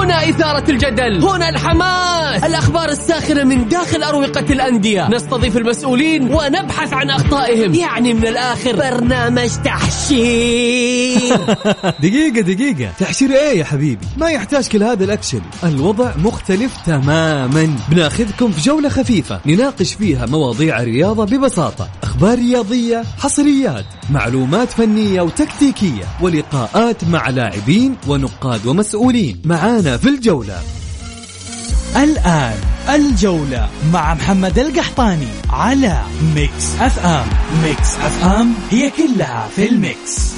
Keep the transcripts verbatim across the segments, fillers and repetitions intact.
هنا إثارة الجدل، هنا الحماس، الأخبار الساخنة من داخل أروقة الأندية، نستضيف المسؤولين ونبحث عن أخطائهم. يعني من الآخر برنامج تحشير. دقيقة دقيقة، تحشير إيه يا حبيبي؟ ما يحتاج كل هذا الأكشن. الوضع مختلف تماما. بناخذكم في جولة خفيفة نناقش فيها مواضيع الرياضة ببساطة، أخبار رياضية، حصريات، معلومات فنية وتكتيكية، ولقاءات مع لاعبين ونقاد ومسؤولين. معانا في الجولة. الآن الجولة مع محمد القحطاني على ميكس أف أم. ميكس أف أم هي كلها في الميكس.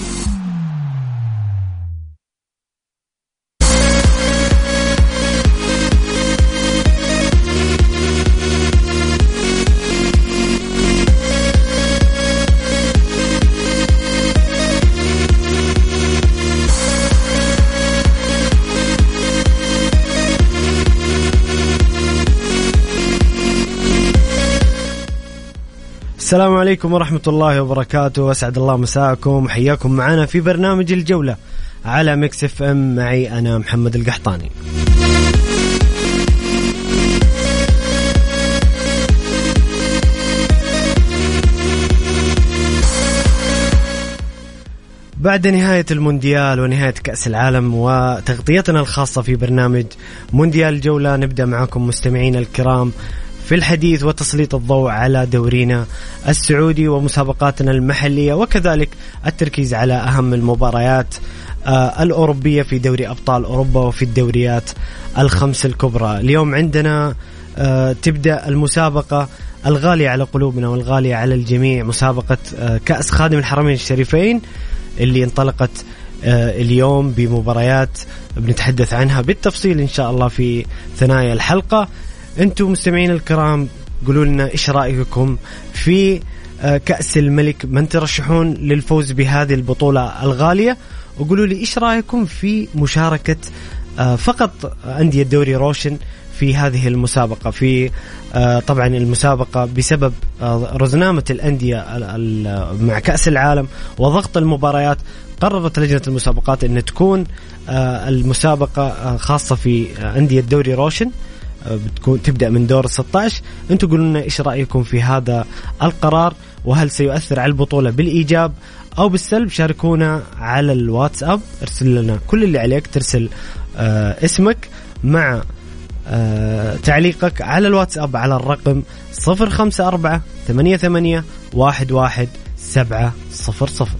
السلام عليكم ورحمة الله وبركاته، أسعد الله مساءكم، حياكم معنا في برنامج الجولة على ميكس اف ام. معي أنا محمد القحطاني. بعد نهاية المونديال ونهاية كأس العالم وتغطيتنا الخاصة في برنامج مونديال الجولة، نبدأ معكم مستمعين الكرام في الحديث وتسليط الضوء على دورينا السعودي ومسابقاتنا المحلية، وكذلك التركيز على أهم المباريات آه الأوروبية في دوري أبطال أوروبا وفي الدوريات الخمس الكبرى. اليوم عندنا آه تبدأ المسابقة الغالية على قلوبنا والغالية على الجميع، مسابقة آه كأس خادم الحرمين الشريفين اللي انطلقت آه اليوم بمباريات بنتحدث عنها بالتفصيل إن شاء الله في ثنايا الحلقة. أنتم مستمعين الكرام قولوا لنا إيش رأيكم في كأس الملك، من ترشحون للفوز بهذه البطولة الغالية، وقولوا لي إيش رأيكم في مشاركة فقط أندية الدوري روشن في هذه المسابقة. في طبعا المسابقة بسبب رزنامة الأندية مع كأس العالم وضغط المباريات قررت لجنة المسابقات أن تكون المسابقة خاصة في أندية الدوري روشن، بتكون تبدأ من دور ستة عشر. أنتوا قولوا لنا إيش رأيكم في هذا القرار، وهل سيؤثر على البطولة بالإيجاب أو بالسلب؟ شاركونا على الواتساب، ارسل لنا كل اللي عليك ترسل آه اسمك مع آه تعليقك على الواتساب على الرقم صفر خمسة أربعة ثمانية ثمانية واحد واحد سبعة صفر صفر.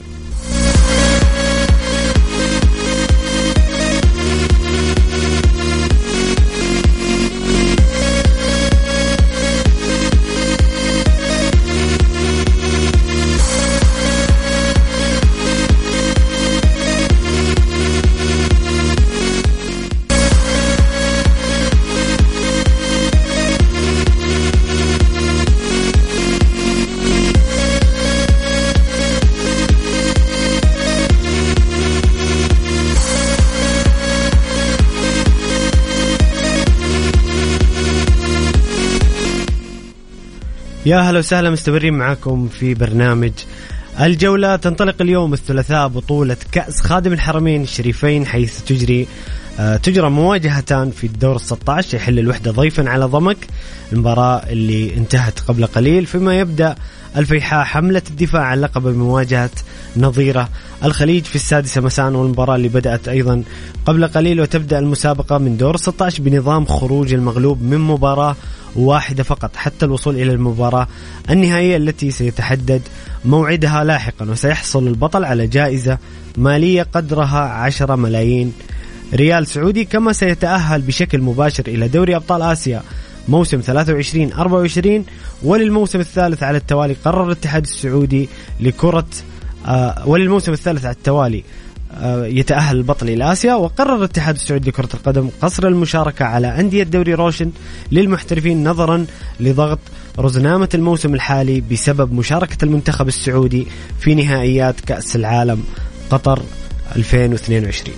يا هلا وسهلا، مستمرين معاكم في برنامج الجولة. تنطلق اليوم الثلاثاء بطولة كأس خادم الحرمين الشريفين، حيث تجري آه تجرى مواجهتان في الدور الستة عشر. يحل الوحدة ضيفا على ضمك، المباراة اللي انتهت قبل قليل، فيما يبدأ الفيحاء حملة الدفاع عن لقب بمواجهة نظيرة الخليج في السادسة مساء، والمباراة اللي بدأت أيضا قبل قليل. وتبدأ المسابقة من دور ستة عشر بنظام خروج المغلوب من مباراة واحدة فقط حتى الوصول إلى المباراة النهائية التي سيتحدد موعدها لاحقا، وسيحصل البطل على جائزة مالية قدرها عشرة ملايين ريال سعودي، كما سيتأهل بشكل مباشر إلى دوري أبطال آسيا موسم ثلاثة وعشرين أربعة وعشرين. وللموسم الثالث على التوالي قرر الاتحاد السعودي لكرة آه وللموسم الثالث على التوالي آه يتأهل البطل إلى آسيا. وقرر الاتحاد السعودي لكرة القدم قصر المشاركة على أندية الدوري روشن للمحترفين نظرا لضغط رزنامة الموسم الحالي بسبب مشاركة المنتخب السعودي في نهائيات كأس العالم قطر ألفين واثنين وعشرين.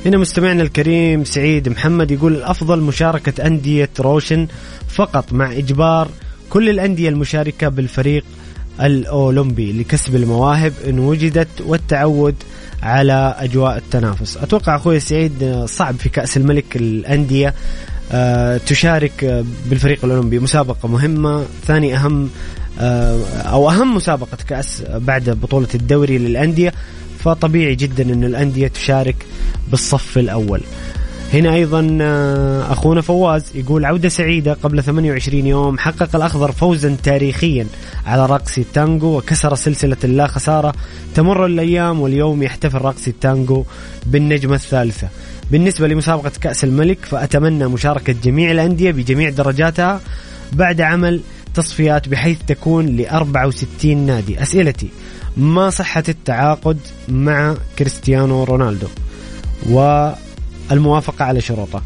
هنا مستمعنا الكريم سعيد محمد يقول الأفضل مشاركة أندية روشن فقط مع إجبار كل الأندية المشاركة بالفريق الأولمبي لكسب المواهب إن وجدت والتعود على أجواء التنافس. أتوقع أخوي سعيد صعب في كأس الملك الأندية أه تشارك بالفريق الأولمبي، مسابقة مهمة، ثاني أهم أه أو أهم مسابقة كأس بعد بطولة الدوري للأندية، فطبيعي جدا أن الأندية تشارك بالصف الأول. هنا أيضا أخونا فواز يقول عودة سعيدة، قبل ثمانية وعشرين يوم حقق الأخضر فوزا تاريخيا على راقصي التانجو وكسر سلسلة اللا خسارة. تمر الأيام واليوم يحتفل راقصي التانجو بالنجمة الثالثة. بالنسبة لمسابقة كأس الملك فأتمنى مشاركة جميع الأندية بجميع درجاتها بعد عمل تصفيات بحيث تكون لأربعة وستين نادي. أسئلتي: ما صحة التعاقد مع كريستيانو رونالدو والموافقة على شروطه؟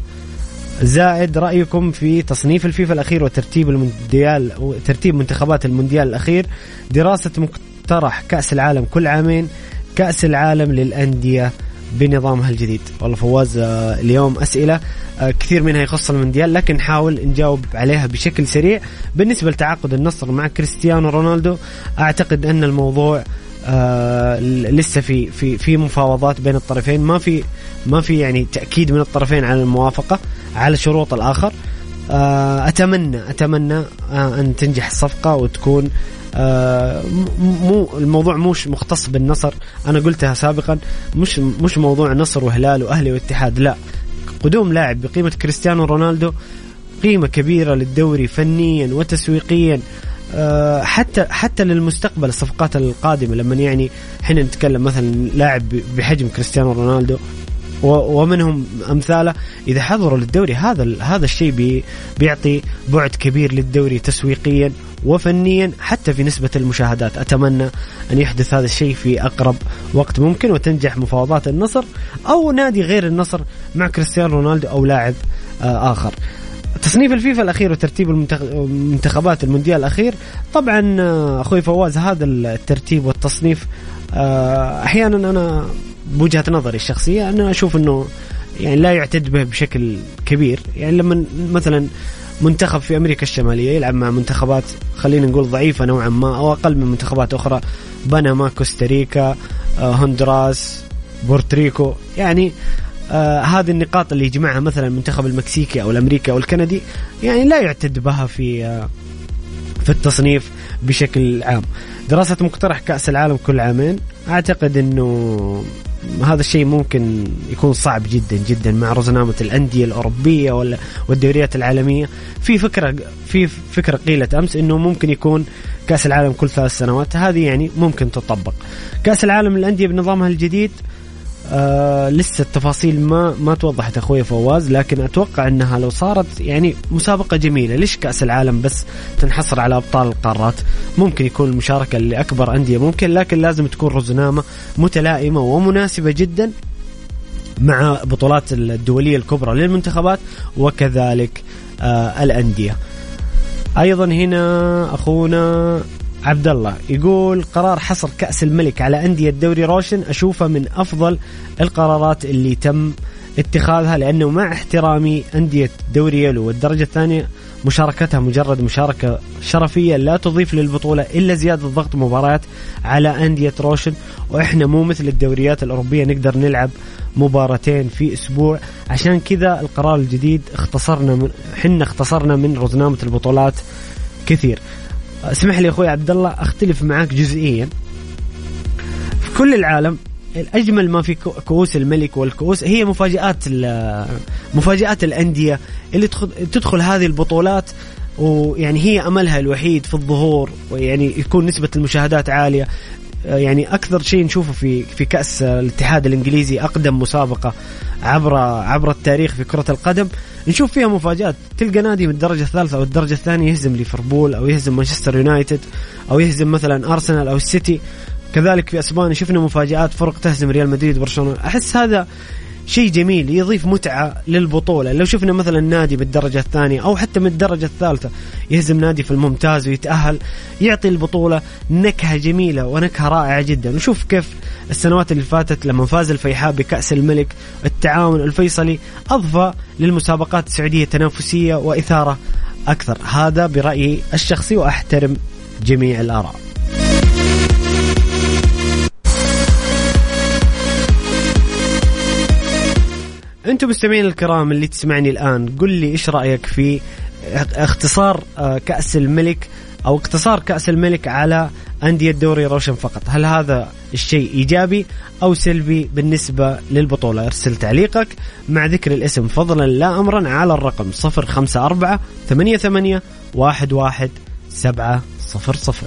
زائد رأيكم في تصنيف الفيفا الأخير وترتيب المونديال وترتيب منتخبات المونديال الأخير، دراسة مقترح كأس العالم كل عامين، كأس العالم للأندية بنظامها الجديد. والله فواز اليوم أسئلة كثير منها يخص المونديال لكن نحاول نجاوب عليها بشكل سريع. بالنسبة لتعاقد النصر مع كريستيانو رونالدو أعتقد أن الموضوع آه لسه في في في مفاوضات بين الطرفين، ما في ما في يعني تأكيد من الطرفين على الموافقة على شروط الآخر. آه أتمنى أتمنى آه أن تنجح الصفقة وتكون آه مو الموضوع مش مختص بالنصر، أنا قلتها سابقا، مش مش موضوع نصر وهلال وأهلي واتحاد، لا، قدوم لاعب بقيمة كريستيانو رونالدو قيمة كبيرة للدوري فنيا وتسويقيا، أه حتى حتى للمستقبل الصفقات القادمة. لما يعني حين نتكلم مثلا لاعب بحجم كريستيانو رونالدو ومنهم أمثاله إذا حضروا للدوري، هذا هذا الشيء بي بيعطي بعد كبير للدوري تسويقيا وفنيا حتى في نسبة المشاهدات. أتمنى أن يحدث هذا الشيء في أقرب وقت ممكن وتنجح مفاوضات النصر أو نادي غير النصر مع كريستيانو رونالدو أو لاعب آه آخر. تصنيف الفيفا الأخير وترتيب المنتخبات المونديال الأخير، طبعا أخوي فواز هذا الترتيب والتصنيف أحيانا أنا بوجهة نظري الشخصية أنا أشوف أنه يعني لا يعتد به بشكل كبير. يعني لما مثلا منتخب في أمريكا الشمالية يلعب مع منتخبات خلينا نقول ضعيفة نوعا ما أو أقل من منتخبات أخرى، بنما، كوستاريكا، هندوراس، بورتريكو، يعني آه هذه النقاط اللي يجمعها مثلا المنتخب المكسيكي أو الأمريكي أو الكندي يعني لا يعتد بها في آه في التصنيف بشكل عام. دراسة مقترح كأس العالم كل عامين، أعتقد أنه هذا الشيء ممكن يكون صعب جدا جدا مع رزنامة الأندية الأوروبية والدوريات العالمية. في فكرة في فكرة قيلت أمس أنه ممكن يكون كأس العالم كل ثلاث سنوات، هذه يعني ممكن تطبق. كأس العالم الأندية بنظامها الجديد آه لسه التفاصيل ما ما توضحت أخوي فواز، لكن أتوقع أنها لو صارت يعني مسابقة جميلة. ليش كأس العالم بس تنحصر على أبطال القارات؟ ممكن يكون المشاركة لأكبر أندية ممكن، لكن لازم تكون رزنامة متلائمة ومناسبة جدا مع بطولات الدولية الكبرى للمنتخبات وكذلك آه الأندية. أيضا هنا أخونا عبد الله يقول قرار حصر كأس الملك على أندية الدوري روشن أشوفه من أفضل القرارات اللي تم اتخاذها، لأنه مع احترامي أندية دوري يلو والدرجة الثانية مشاركتها مجرد مشاركة شرفية لا تضيف للبطولة إلا زيادة ضغط مباريات على أندية روشن، وإحنا مو مثل الدوريات الأوروبية نقدر نلعب مباراتين في أسبوع. عشان كذا القرار الجديد اختصرنا من حنا اختصرنا من رزنامة البطولات كثير. اسمح لي أخوي عبد الله أختلف معاك جزئيا. في كل العالم الأجمل ما في كؤوس الملك والكؤوس هي مفاجآت مفاجآت الأندية اللي تدخل هذه البطولات، ويعني هي أملها الوحيد في الظهور، ويعني يكون نسبة المشاهدات عالية. يعني أكثر شيء نشوفه في في كأس الاتحاد الإنجليزي، أقدم مسابقة عبر عبر التاريخ في كرة القدم، نشوف فيها مفاجآت. تلقى نادي من الدرجة الثالثة أو الدرجة الثانية يهزم ليفربول أو يهزم مانشستر يونايتد أو يهزم مثلا أرسنال أو السيتي. كذلك في أسبانيا شفنا مفاجآت، فرق تهزم ريال مدريد وبرشلونة. أحس هذا شيء جميل يضيف متعة للبطولة. لو شفنا مثلا نادي بالدرجة الثانية أو حتى من الدرجة الثالثة يهزم نادي في الممتاز ويتأهل، يعطي البطولة نكهة جميلة ونكهة رائعة جدا. وشوف كيف السنوات اللي فاتت لما فاز الفيحاء بكأس الملك، التعاون الفيصلي أضفى للمسابقات السعودية تنافسية وإثارة أكثر. هذا برأيي الشخصي وأحترم جميع الآراء. أنتم مستمعين الكرام اللي تسمعني الآن، قل لي إيش رأيك في اختصار كأس الملك أو اقتصار كأس الملك على أندية الدوري روشن فقط؟ هل هذا الشيء إيجابي أو سلبي بالنسبة للبطولة؟ ارسل تعليقك مع ذكر الاسم فضلا لا أمرا على الرقم صفر خمسة أربعة ثمانية ثمانية واحد واحد سبعة صفر صفر.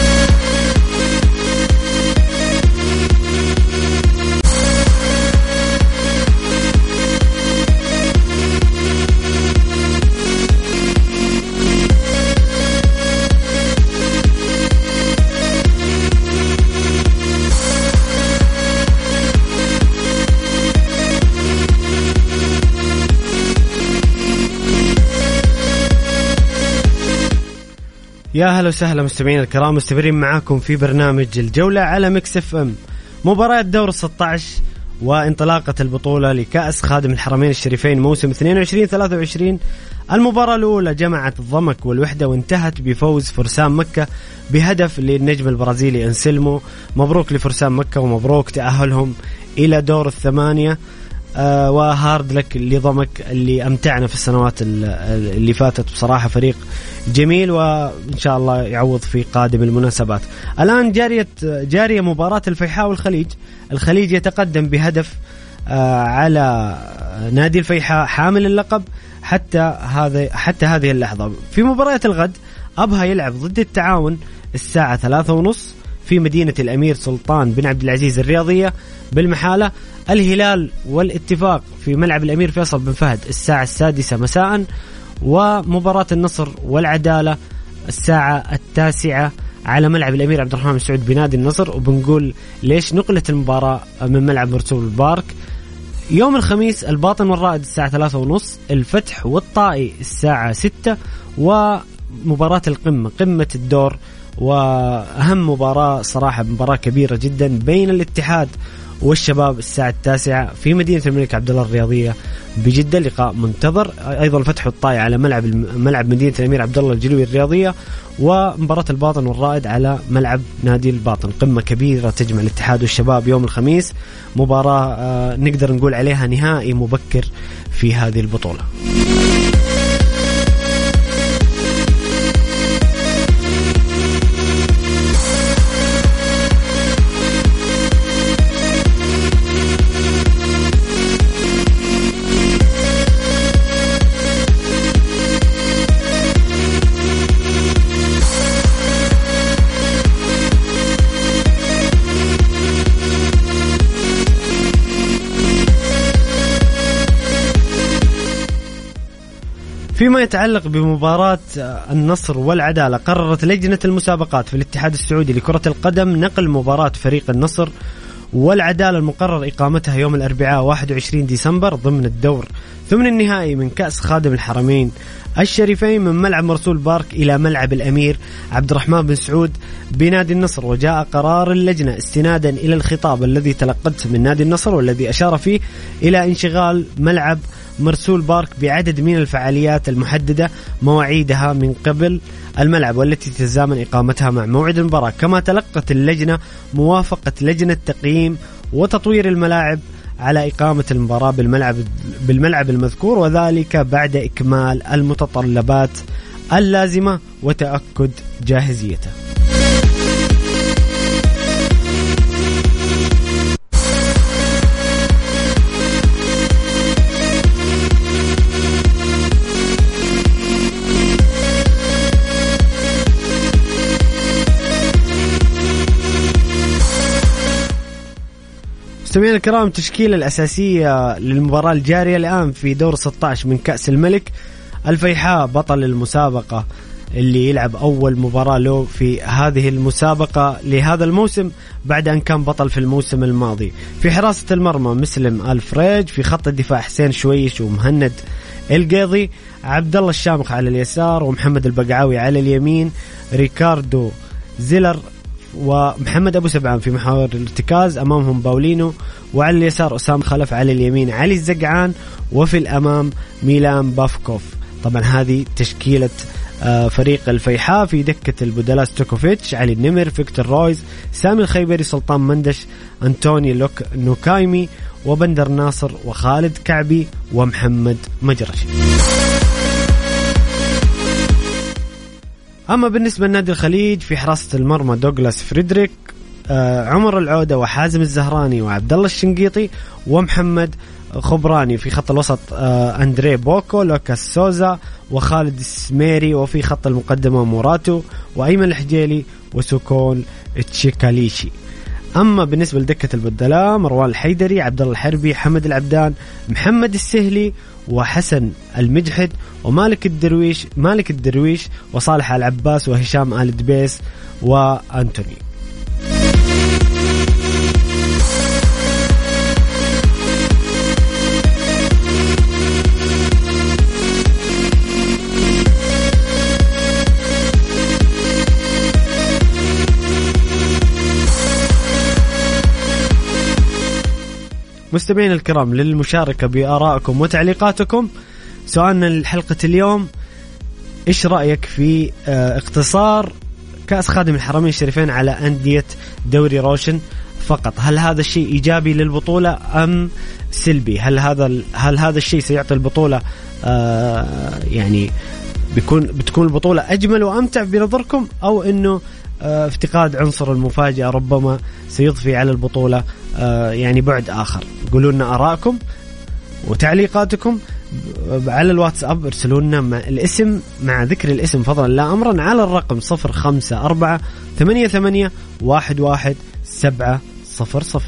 يا هلا وسهلا مستمعين الكرام، مستمرين معاكم في برنامج الجولة على ميكس اف ام. مباراة دور ستة عشر وانطلاقة البطولة لكأس خادم الحرمين الشريفين موسم اثنين وعشرين ثلاثة وعشرين. المباراة الأولى جمعت الضمك والوحدة وانتهت بفوز فرسان مكة بهدف للنجم البرازيلي أنسلمو. مبروك لفرسان مكة ومبروك تأهلهم إلى دور الثمانية. آه وهارد لك لضمك اللي أمتعنا في السنوات اللي فاتت، بصراحة فريق جميل وإن شاء الله يعوض في قادم المناسبات. الآن جارية جارية مباراة الفيحاء والخليج. الخليج يتقدم بهدف آه على نادي الفيحاء حامل اللقب حتى هذا حتى هذه اللحظة. في مباراة الغد أبها يلعب ضد التعاون الساعة ثلاثة ونص في مدينة الأمير سلطان بن عبد العزيز الرياضية بالمحالة. الهلال والاتفاق في ملعب الأمير فيصل بن فهد الساعة السادسة مساء. ومباراة النصر والعدالة الساعة التاسعة على ملعب الأمير عبد الرحمن بن سعود بنادي النصر. وبنقول ليش نقلت المباراة من ملعب مرسول البارك. يوم الخميس الباطن والرائد الساعة ثلاثة ونص، الفتح والطائي الساعة ستة، ومباراة القمة قمة الدور وأهم مباراة صراحة مباراة كبيرة جدا بين الاتحاد والشباب الساعة التاسعة في مدينة الملك عبدالله الرياضية بجدة. لقاء منتظر أيضا الفتح والطائي على ملعب ملعب مدينة الأمير عبدالله الجلوي الرياضية. ومباراة الباطن والرائد على ملعب نادي الباطن. قمة كبيرة تجمع الاتحاد والشباب يوم الخميس. مباراة آه نقدر نقول عليها نهائي مبكر في هذه البطولة. فيما يتعلق بمباراة النصر والعدالة، قررت لجنة المسابقات في الاتحاد السعودي لكرة القدم نقل مباراة فريق النصر والعدالة المقرر إقامتها يوم الأربعاء واحد وعشرين ديسمبر ضمن الدور ثمن النهائي من كأس خادم الحرمين الشريفين من ملعب مرسول بارك إلى ملعب الأمير عبد الرحمن بن سعود بنادي النصر. وجاء قرار اللجنة استنادا إلى الخطاب الذي تلقته من نادي النصر والذي أشار فيه إلى انشغال ملعب مرسول بارك بعدد من الفعاليات المحددة مواعيدها من قبل الملعب والتي تتزامن إقامتها مع موعد المباراة. كما تلقت اللجنة موافقة لجنة تقييم وتطوير الملاعب على إقامة المباراة بالملعب بالملعب المذكور، وذلك بعد إكمال المتطلبات اللازمة وتأكد جاهزيته. مستمعينا الكرام، التشكيلة الأساسية للمباراة الجارية الآن في دور ستة عشر من كأس الملك: الفيحاء بطل المسابقة اللي يلعب أول مباراة له في هذه المسابقة لهذا الموسم بعد أن كان بطل في الموسم الماضي. في حراسة المرمى مسلم الفريج، في خط الدفاع حسين شويش ومهند القيضي، عبد الله الشامخ على اليسار ومحمد البقعاوي على اليمين، ريكاردو زيلر ومحمد أبو سبعان في محور الارتكاز، أمامهم باولينو، وعلى اليسار أسام خلف، على اليمين علي الزقعان، وفي الأمام ميلان بافكوف. طبعا هذه تشكيلة فريق الفيحاء. في دكة البدلاء ستوكوفيتش، علي النمر، فيكتور رويز، سامي الخيبري، سلطان مندش، أنتوني لوك نوكايمي، وبندر ناصر، وخالد كعبي، ومحمد مجرشي. أما بالنسبة لنادي الخليج في حراسة المرمى دوغلاس فريدريك، آه عمر العودة، وحازم الزهراني، وعبد الله الشنقيطي، ومحمد خبراني. في خط الوسط آه أندري بوكو، لوكاس سوزا، وخالد السميري. وفي خط المقدمة موراتو، وأيمن الحجيلي، وسكون تشيكاليشي. أما بالنسبة لدكة البدلاء مروان الحيدري، عبد الله الحربي، حمد العبدان، محمد السهلي، وحسن المجحد، ومالك الدرويش مالك الدرويش وصالح العباس، وهشام آل دبيس، وأنتوني. مستمعين الكرام، للمشاركة بآرائكم وتعليقاتكم سؤالنا لحلقة اليوم: إيش رأيك في اقتصار كأس خادم الحرمين الشريفين على أندية دوري روشن فقط؟ هل هذا الشيء إيجابي للبطولة أم سلبي؟ هل هذا هل هذا الشيء سيعطي البطولة يعني بيكون بتكون البطولة أجمل وأمتع بنظركم، أو إنه افتقاد عنصر المفاجأة ربما سيضفي على البطولة يعني بعد آخر؟ قولوا لنا آراءكم وتعليقاتكم على الواتساب. ارسلوا لنا مع الاسم مع ذكر الاسم فضلا لا أمرا على الرقم صفر خمسة أربعة ثمانية ثمانية واحد واحد سبعة صفر صفر.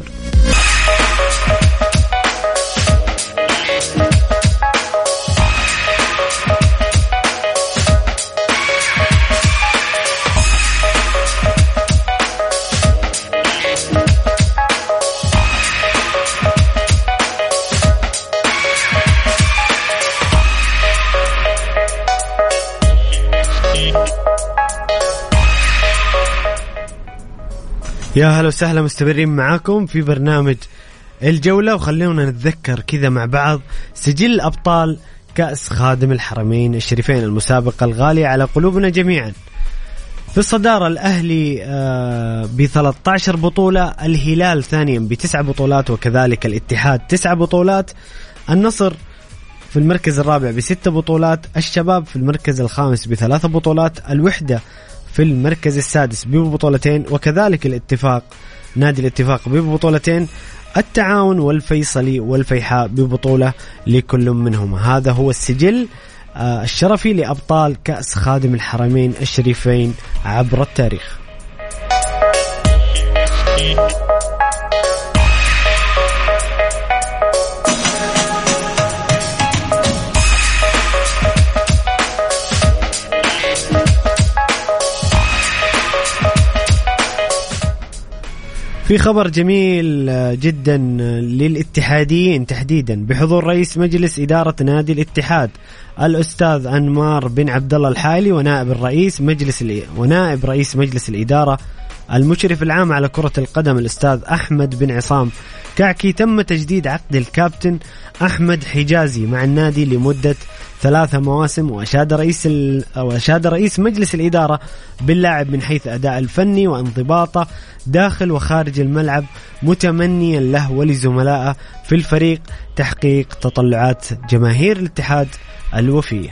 يا هلا وسهلا، مستمرين معاكم في برنامج الجولة. وخلونا نتذكر كذا مع بعض سجل أبطال كأس خادم الحرمين الشريفين، المسابقة الغالية على قلوبنا جميعا. في الصدارة الأهلي ب ثلاثة عشر بطولة، الهلال ثانيا بتسع بطولات، وكذلك الاتحاد تسع بطولات، النصر في المركز الرابع بست بطولات، الشباب في المركز الخامس بثلاث بطولات، الوحدة في المركز السادس ببطولتين، وكذلك الاتفاق نادي الاتفاق ببطولتين، التعاون والفيصلي والفيحاء ببطولة لكل منهما. هذا هو السجل الشرفي لأبطال كأس خادم الحرمين الشريفين عبر التاريخ. في خبر جميل جدا للاتحاديين تحديدا بحضور رئيس مجلس إدارة نادي الاتحاد الأستاذ أنمار بن عبد الله الحالي، ونائب الرئيس مجلس ونائب رئيس مجلس الإدارة المشرف العام على كرة القدم الأستاذ أحمد بن عصام كعكي. تم تجديد عقد الكابتن أحمد حجازي مع النادي لمدة ثلاثة مواسم، وأشاد رئيس ال... وأشاد رئيس مجلس الإدارة باللاعب من حيث أداء الفني وانضباطه داخل وخارج الملعب، متمنيا له ولزملائه في الفريق تحقيق تطلعات جماهير الاتحاد الوفية.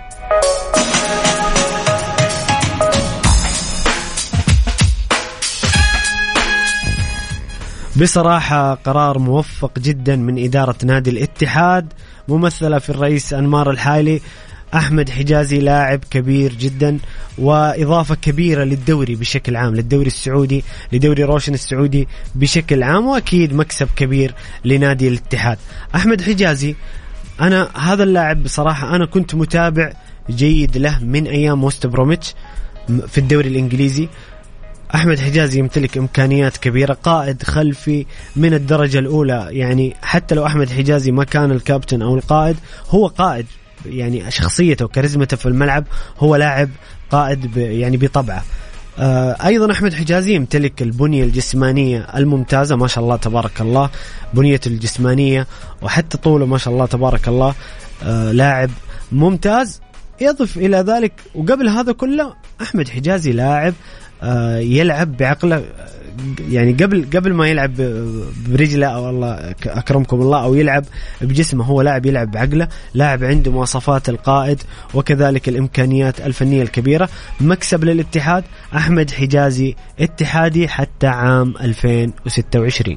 بصراحة قرار موفق جدا من إدارة نادي الاتحاد ممثلة في الرئيس أنمار الحالي. أحمد حجازي لاعب كبير جدا وإضافة كبيرة للدوري بشكل عام، للدوري السعودي، لدوري روشن السعودي بشكل عام، وأكيد مكسب كبير لنادي الاتحاد. أحمد حجازي أنا هذا اللاعب بصراحة أنا كنت متابع جيد له من أيام وست بروميتش في الدوري الإنجليزي. أحمد حجازي يمتلك إمكانيات كبيرة، قائد خلفي من الدرجة الأولى. يعني حتى لو أحمد حجازي ما كان الكابتن أو القائد، هو قائد، يعني شخصيته وكاريزمته في الملعب، هو لاعب قائد يعني بطبعه. أيضا أحمد حجازي يمتلك البنية الجسمانية الممتازة ما شاء الله تبارك الله، بنية الجسمانية وحتى طوله ما شاء الله تبارك الله، لاعب ممتاز. يضف إلى ذلك وقبل هذا كله أحمد حجازي لاعب يلعب بعقله، يعني قبل قبل ما يلعب برجله أو الله أكرمكم الله أو يلعب بجسمه، هو لاعب يلعب بعقله، لاعب عنده مواصفات القائد وكذلك الإمكانيات الفنية الكبيرة. مكسب للاتحاد، أحمد حجازي اتحادي حتى عام ألفين وستة وعشرين.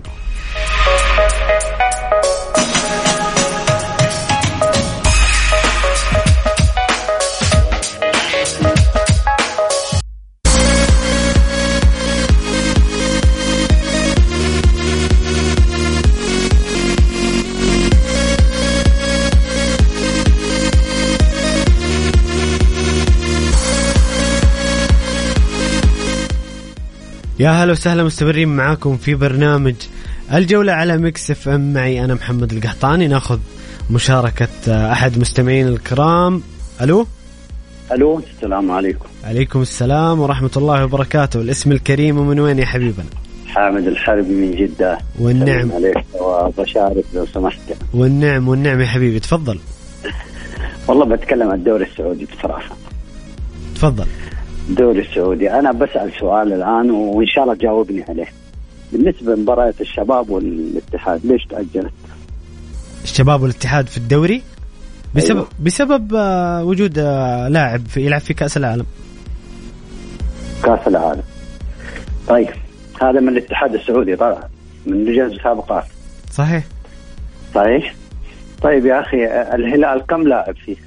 يا هلا وسهلا، مستمرين معاكم في برنامج الجولة على ميكس اف ام، معي أنا محمد القحطاني. ناخذ مشاركة أحد مستمعين الكرام. ألو ألو، السلام عليكم. عليكم السلام ورحمة الله وبركاته. الاسم الكريم ومن وين يا حبيبنا؟ حامد الحربي من جدة. والنعم عليك وبشارك لو سمحت. والنعم والنعم يا حبيبي، تفضل. والله بتكلم عن الدوري السعودي بصراحة. تفضل. الدوري السعودي أنا بسأل سؤال الآن وإن شاء الله جاوبني عليه. بالنسبة لمباراة الشباب والاتحاد ليش تأجلت؟ الشباب والاتحاد في الدوري بسبب أيوه. بسبب وجود لاعب في يلعب في كأس العالم. كأس العالم. طيب هذا من الاتحاد السعودي طبعا، من لجنة المسابقات. صحيح صحيح. طيب يا أخي الهلال كم لاعب فيه؟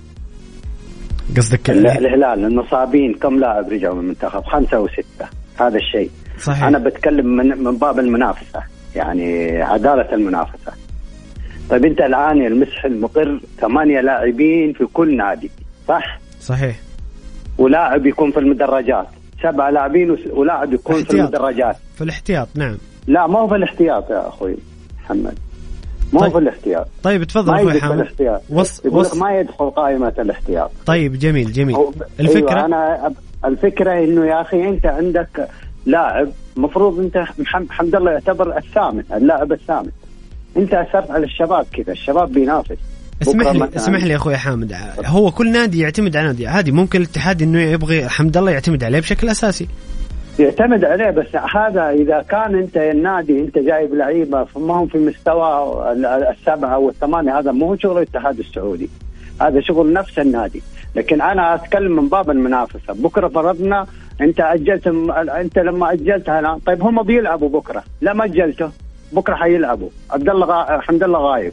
قصدك الهلال المصابين كم لاعب رجعوا من المنتخب؟ خمسة وستة. هذا الشيء صحيح. أنا بتكلم من من باب المنافسة، يعني عدالة المنافسة. طيب أنت الآن المسح المقر ثمانية لاعبين في كل نادي، صح؟ صحيح. ولاعب يكون في المدرجات، سبعة لاعبين ولاعب يكون احتياط. في المدرجات. في الاحتياط. نعم. لا ما هو في الاحتياط يا أخوي محمد، ما طيب. هو في الاحتياط. طيب تفضل أخوي حامد. وص... وص... ما يدخل قائمة الاحتياط. طيب جميل جميل. الفكرة أيوة أنا الفكرة إنه يا أخي أنت عندك لاعب مفروض أنت حمد الله يعتبر الثامن، اللاعب الثامن. أنت أثرت على الشباب كذا، الشباب بينافس. اسمح لي اسمح لي أخوي حامد، هو كل نادي يعتمد على نادي، عادي ممكن الاتحاد إنه يبغي حمد الله يعتمد عليه بشكل أساسي. يعتمد عليه، بس هذا إذا كان أنت النادي أنت جايب لعيبة ما هم في مستوى السبعة والثمانية، هذا مو شغل الاتحاد السعودي، هذا شغل نفس النادي. لكن أنا أتكلم من باب المنافسة. بكرة فرضنا أنت أجلت، أنت لما أجلتها طيب هم بيلعبوا بكرة، لما أجلته بكرة حيلعبوا. عبد الله غا... حمد الله غايب،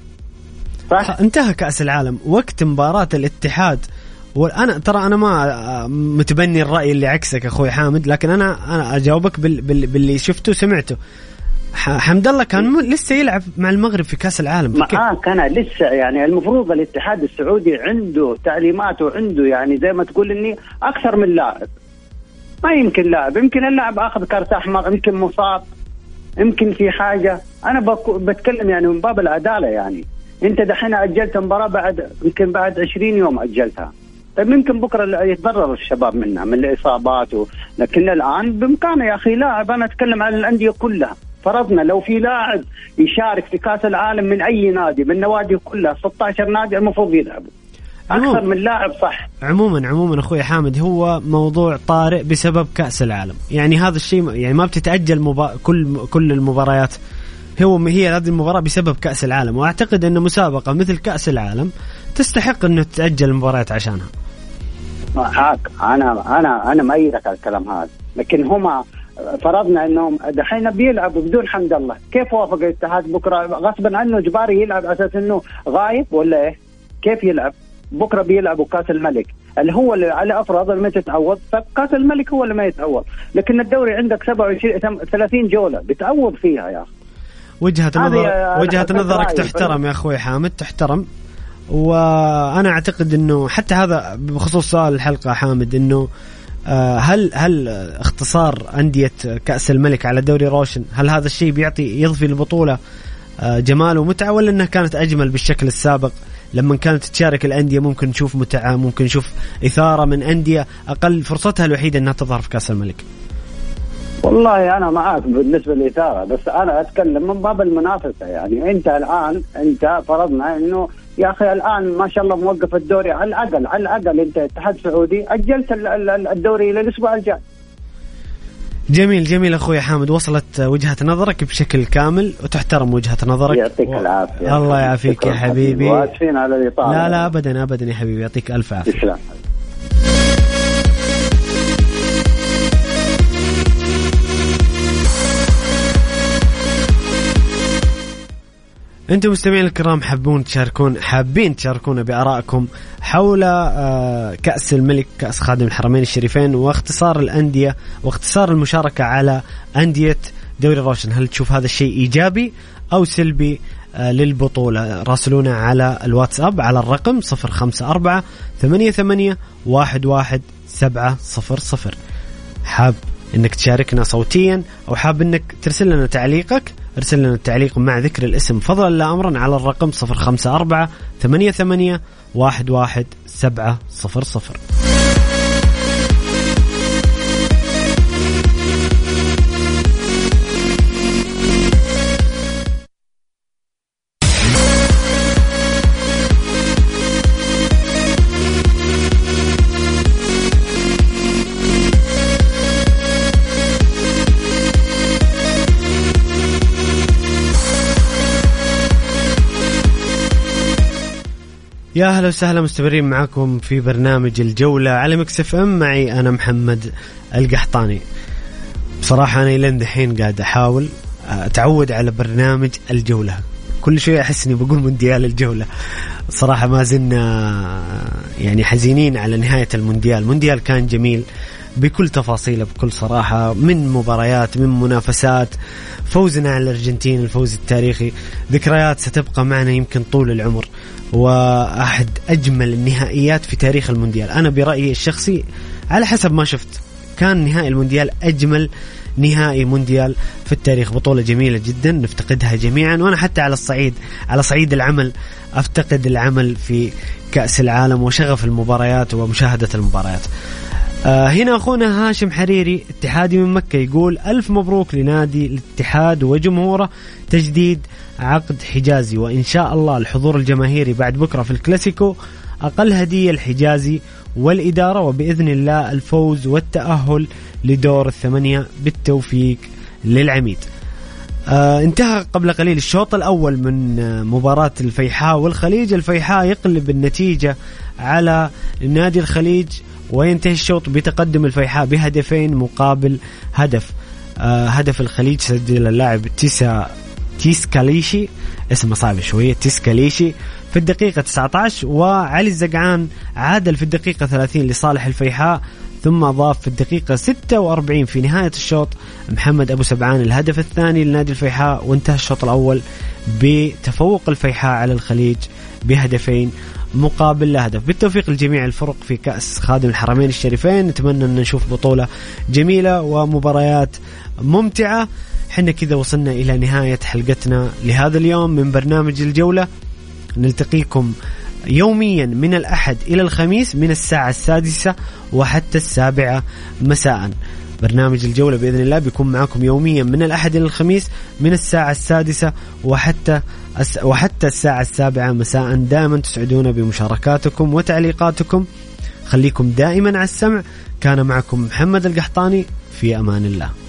صح؟ انتهى كأس العالم وقت مباراة الاتحاد. وانا ترى انا ما متبني الراي اللي عكسك اخوي حامد، لكن انا انا اجاوبك بال بال باللي شفته وسمعته. حمد الله كان لسه يلعب مع المغرب في كاس العالم. معاه كان لسه، يعني المفروض الاتحاد السعودي عنده تعليمات وعنده يعني زي ما تقول اني اكثر من لاعب. ما يمكن لاعب، يمكن اللاعب اخذ كارت احمر، يمكن مصاب، يمكن في حاجه. انا بتكلم يعني من باب العداله. يعني انت دحين اجلت مباراه بعد يمكن بعد عشرين يوم اجلتها، طيب يمكن بكرة يتضرر الشباب منها من الإصابات و... لكن الآن بإمكانه يا أخي لاعب. أنا أتكلم عن الأندية كلها. فرضنا لو في لاعب يشارك في كأس العالم من أي نادي من النوادي كلها، ستة عشر نادي المفروض يلعبوا أكثر من لاعب، صح؟ عموما عموما أخوي حامد، هو موضوع طارئ بسبب كأس العالم. يعني هذا الشيء يعني ما بتتأجل مبا... كل كل المباريات، هو هي هذه المباراة بسبب كأس العالم. وأعتقد أن مسابقة مثل كأس العالم تستحق أنه تتأجل المباريات عشانها. هاك أنا أنا أنا مأيدك على الكلام هذا، لكن هما فرضنا إنهم دحين بيلعبوا بدون حمد الله. كيف وافق الاتحاد بكرة غصبا عنه جباري يلعب أساس إنه غايب ولا إيه؟ كيف يلعب؟ بكرة بيلعبوا كأس الملك اللي هو اللي على أفرض ما تتعوض، فكأس الملك هو اللي ما يتعوض. لكن الدوري عندك سبعة وعشرين ثلاثين جولة بتعوض فيها يا أخي. وجهة نظر وجهة نظرك تحترم يا أخوي حامد، تحترم. وأنا أعتقد أنه حتى هذا بخصوص سؤال الحلقة حامد، أنه هل هل اختصار أندية كأس الملك على دوري روشن هل هذا الشيء بيعطي يضفي البطولة جمال ومتعة، ولا أنها كانت أجمل بالشكل السابق لما كانت تشارك الأندية؟ ممكن نشوف متعة، ممكن نشوف إثارة من أندية أقل فرصتها الوحيدة أنها تظهر في كأس الملك. والله أنا معك بالنسبة للإثارة، بس أنا أتكلم من باب المنافسة. يعني أنت الآن أنت فرضنا إنه يا أخي الآن ما شاء الله موقف الدوري، على الأقل على الأقل أنت اتحاد سعودي أجلت الدوري إلى الأسبوع الجاي. جميل جميل أخوي حامد، وصلت وجهة نظرك بشكل كامل وتحترم وجهة نظرك. يعطيك و... العافية. الله يعافيك يا حبيبي. واسفين على الإطالة. لا لا أبدا أبدا يا حبيبي، يعطيك ألف عافية. تسلم. أنتم مستمعين الكرام حابون تشاركون حابين تشاركونا بآرائكم حول كأس الملك، كأس خادم الحرمين الشريفين، واختصار الأندية واختصار المشاركة على أندية دوري روشن. هل تشوف هذا الشيء إيجابي أو سلبي للبطولة؟ راسلونا على الواتساب على الرقم صفر خمسة أربعة ثمانية ثمانية واحد واحد سبعة صفر صفر. حاب إنك تشاركنا صوتيا أو حاب إنك ترسل لنا تعليقك؟ ارسل لنا التعليق مع ذكر الاسم فضلا لا أمرا على الرقم صفر خمسة أربعة ثمانية ثمانية واحد واحد سبعة صفر صفر. يا أهلا وسهلا، مستمرين معكم في برنامج الجولة على ميكس اف ام، معي أنا محمد القحطاني. بصراحة أنا لين دحين قاعد أحاول أتعود على برنامج الجولة، كل شوية أحس إني بقول مونديال الجولة. صراحة ما زلنا يعني حزينين على نهاية المونديال. المونديال كان جميل بكل تفاصيله بكل صراحة، من مباريات، من منافسات، فوزنا على الأرجنتين الفوز التاريخي، ذكريات ستبقى معنا يمكن طول العمر، وأحد أجمل النهائيات في تاريخ المونديال. أنا برأيي الشخصي على حسب ما شفت كان نهائي المونديال أجمل نهائي مونديال في التاريخ. بطولة جميلة جدا نفتقدها جميعا، وأنا حتى على الصعيد على صعيد العمل أفتقد العمل في كأس العالم وشغف المباريات ومشاهدة المباريات. آه هنا أخونا هاشم حريري اتحادي من مكة يقول ألف مبروك لنادي الاتحاد وجمهوره تجديد عقد حجازي، وإن شاء الله الحضور الجماهيري بعد بكرة في الكلاسيكو أقل هدية الحجازي والإدارة، وبإذن الله الفوز والتأهل لدور الثمانية بالتوفيق للعميد. آه انتهى قبل قليل الشوط الأول من آه مباراة الفيحاء والخليج. الفيحاء يقلب النتيجة على نادي الخليج وينتهي الشوط بتقدم الفيحاء بهدفين مقابل هدف. آه هدف الخليج سجل اللاعب تيسا تيسكاليشي، اسمه صعب شوية، تيسكاليشي في الدقيقة تسعة عشر، وعلي الزقعان عادل في الدقيقة ثلاثين لصالح الفيحاء، ثم أضاف في الدقيقة ستة وأربعين في نهاية الشوط محمد أبو سبعان الهدف الثاني لنادي الفيحاء، وانتهى الشوط الأول بتفوق الفيحاء على الخليج بهدفين مقابل لا هدف. بالتوفيق لجميع الفرق في كأس خادم الحرمين الشريفين، نتمنى أن نشوف بطولة جميلة ومباريات ممتعة. حنا كذا وصلنا إلى نهاية حلقتنا لهذا اليوم من برنامج الجولة. نلتقيكم يوميا من الأحد إلى الخميس من الساعة السادسة وحتى السابعة مساء. برنامج الجولة بإذن الله بيكون معكم يوميا من الأحد إلى الخميس من الساعة السادسة وحتى وحتى الساعة السابعة مساء. دائما تسعدونا بمشاركاتكم وتعليقاتكم. خليكم دائما على السمع. كان معكم محمد القحطاني، في أمان الله.